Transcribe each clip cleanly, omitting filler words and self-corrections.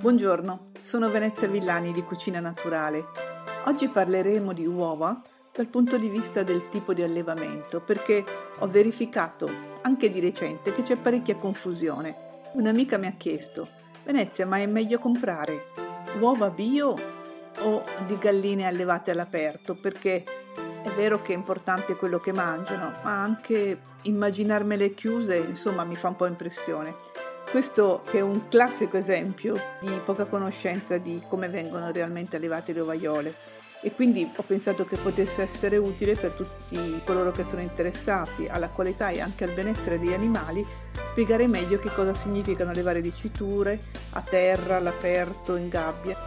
Buongiorno, sono Venezia Villani di Cucina Naturale. Oggi parleremo di uova dal punto di vista del tipo di allevamento, perché ho verificato anche di recente che c'è parecchia confusione. Un'amica mi ha chiesto: Venezia, ma è meglio comprare uova bio o di galline allevate all'aperto? Perché è vero che è importante quello che mangiano, ma anche immaginarmele chiuse, insomma, mi fa un po' impressione. Questo è un classico esempio di poca conoscenza di come vengono realmente allevate le ovaiole e quindi ho pensato che potesse essere utile per tutti coloro che sono interessati alla qualità e anche al benessere degli animali spiegare meglio che cosa significano allevare diciture a terra, all'aperto, in gabbia.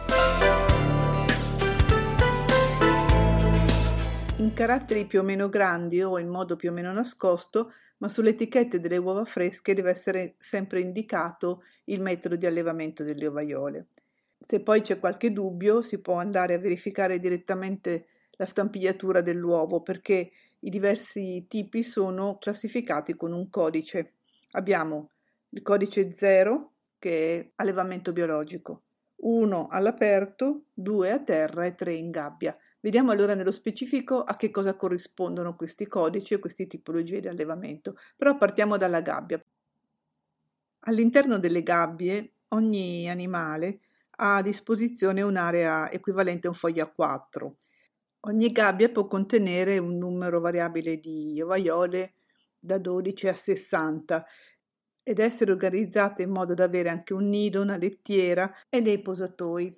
In caratteri più o meno grandi o in modo più o meno nascosto, ma sulle etichette delle uova fresche deve essere sempre indicato il metodo di allevamento delle ovaiole. Se poi c'è qualche dubbio, si può andare a verificare direttamente la stampigliatura dell'uovo, perché i diversi tipi sono classificati con un codice. Abbiamo il codice 0, che è allevamento biologico, 1 all'aperto, 2 a terra e 3 in gabbia. Vediamo allora nello specifico a che cosa corrispondono questi codici e queste tipologie di allevamento. Però partiamo dalla gabbia. All'interno delle gabbie ogni animale ha a disposizione un'area equivalente a un foglio A4. Ogni gabbia può contenere un numero variabile di ovaiole da 12 a 60 ed essere organizzate in modo da avere anche un nido, una lettiera e dei posatoi.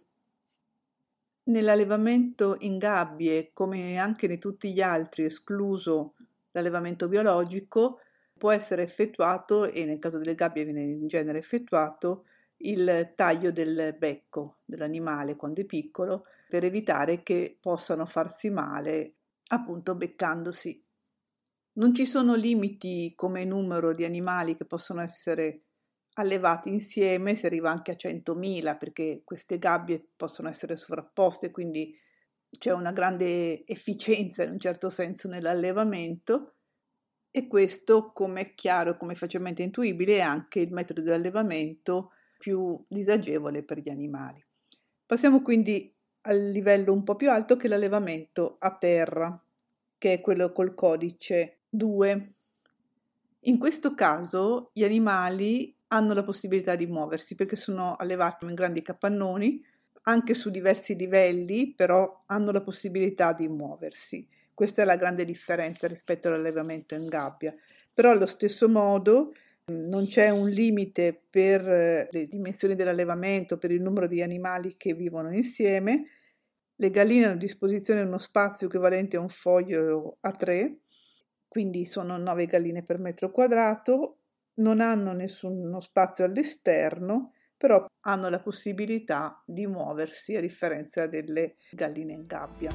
Nell'allevamento in gabbie, come anche in tutti gli altri, escluso l'allevamento biologico, può essere effettuato, e nel caso delle gabbie viene in genere effettuato, il taglio del becco dell'animale quando è piccolo, per evitare che possano farsi male, appunto beccandosi. Non ci sono limiti come numero di animali che possono essere allevati insieme, si arriva anche a 100.000 perché queste gabbie possono essere sovrapposte, quindi c'è una grande efficienza in un certo senso nell'allevamento e questo, come è chiaro e come facilmente intuibile, è anche il metodo di allevamento più disagevole per gli animali. Passiamo quindi al livello un po' più alto che è l'allevamento a terra, che è quello col codice 2. In questo caso gli animali hanno la possibilità di muoversi perché sono allevati in grandi capannoni, anche su diversi livelli, però hanno la possibilità di muoversi. Questa è la grande differenza rispetto all'allevamento in gabbia. Però allo stesso modo non c'è un limite per le dimensioni dell'allevamento, per il numero di animali che vivono insieme. Le galline hanno a disposizione uno spazio equivalente a un foglio A3, quindi sono 9 galline per metro quadrato, non hanno nessuno spazio all'esterno, però hanno la possibilità di muoversi a differenza delle galline in gabbia.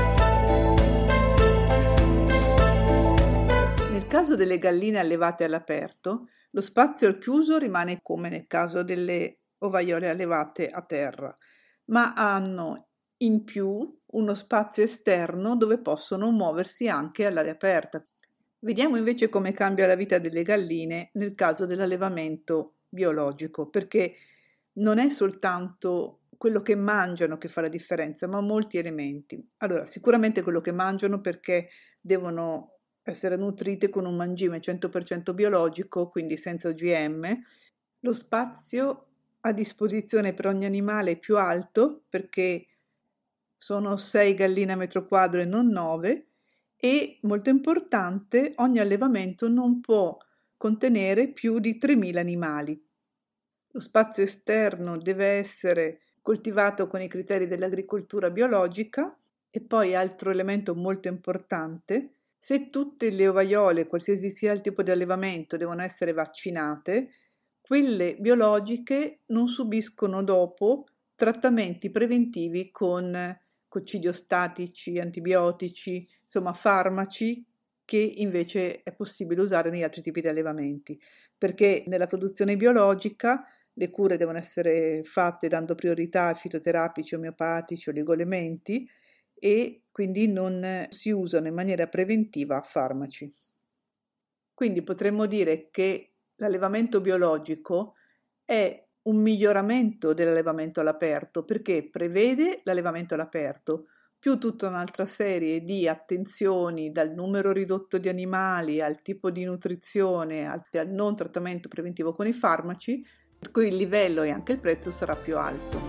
Nel caso delle galline allevate all'aperto, lo spazio al chiuso rimane come nel caso delle ovaiole allevate a terra, ma hanno in più uno spazio esterno dove possono muoversi anche all'aria aperta. Vediamo invece come cambia la vita delle galline nel caso dell'allevamento biologico, perché non è soltanto quello che mangiano che fa la differenza, ma molti elementi. Allora, sicuramente quello che mangiano, perché devono essere nutrite con un mangime 100% biologico, quindi senza OGM. Lo spazio a disposizione per ogni animale è più alto, perché sono 6 galline a metro quadro e non 9, e, molto importante, ogni allevamento non può contenere più di 3.000 animali. Lo spazio esterno deve essere coltivato con i criteri dell'agricoltura biologica e poi, altro elemento molto importante, se tutte le ovaiole, qualsiasi sia il tipo di allevamento, devono essere vaccinate, quelle biologiche non subiscono dopo trattamenti preventivi con coccidiostatici, antibiotici, insomma farmaci che invece è possibile usare negli altri tipi di allevamenti, perché nella produzione biologica le cure devono essere fatte dando priorità a fitoterapici, omeopatici, oligoelementi e quindi non si usano in maniera preventiva farmaci. Quindi potremmo dire che l'allevamento biologico è un miglioramento dell'allevamento all'aperto, perché prevede l'allevamento all'aperto, più tutta un'altra serie di attenzioni, dal numero ridotto di animali al tipo di nutrizione, al non trattamento preventivo con i farmaci, per cui il livello e anche il prezzo sarà più alto.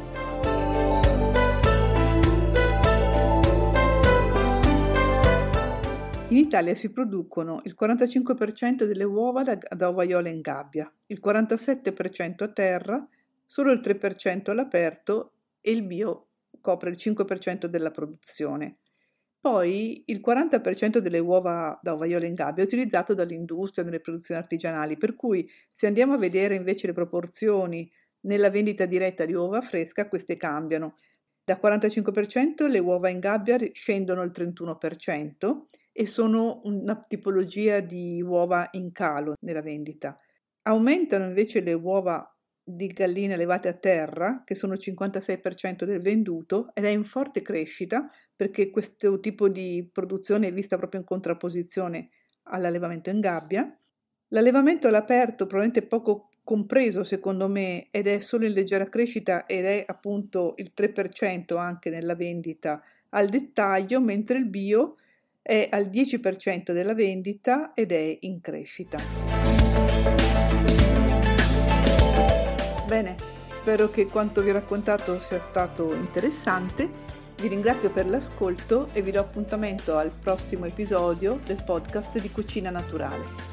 In Italia si producono il 45% delle uova da ovaiole in gabbia, il 47% a terra, solo il 3% all'aperto e il bio copre il 5% della produzione. Poi il 40% delle uova da ovaiole in gabbia è utilizzato dall'industria nelle produzioni artigianali, per cui se andiamo a vedere invece le proporzioni nella vendita diretta di uova fresca, queste cambiano. Da 45% le uova in gabbia scendono al 31% e sono una tipologia di uova in calo nella vendita. Aumentano invece le uova di galline allevate a terra, che sono il 56% del venduto, ed è in forte crescita perché questo tipo di produzione è vista proprio in contrapposizione all'allevamento in gabbia. L'allevamento all'aperto probabilmente poco compreso secondo me, ed è solo in leggera crescita ed è appunto il 3% anche nella vendita al dettaglio, mentre il bio è al 10% della vendita ed è in crescita. Bene, spero che quanto vi ho raccontato sia stato interessante. Vi ringrazio per l'ascolto e vi do appuntamento al prossimo episodio del podcast di Cucina Naturale.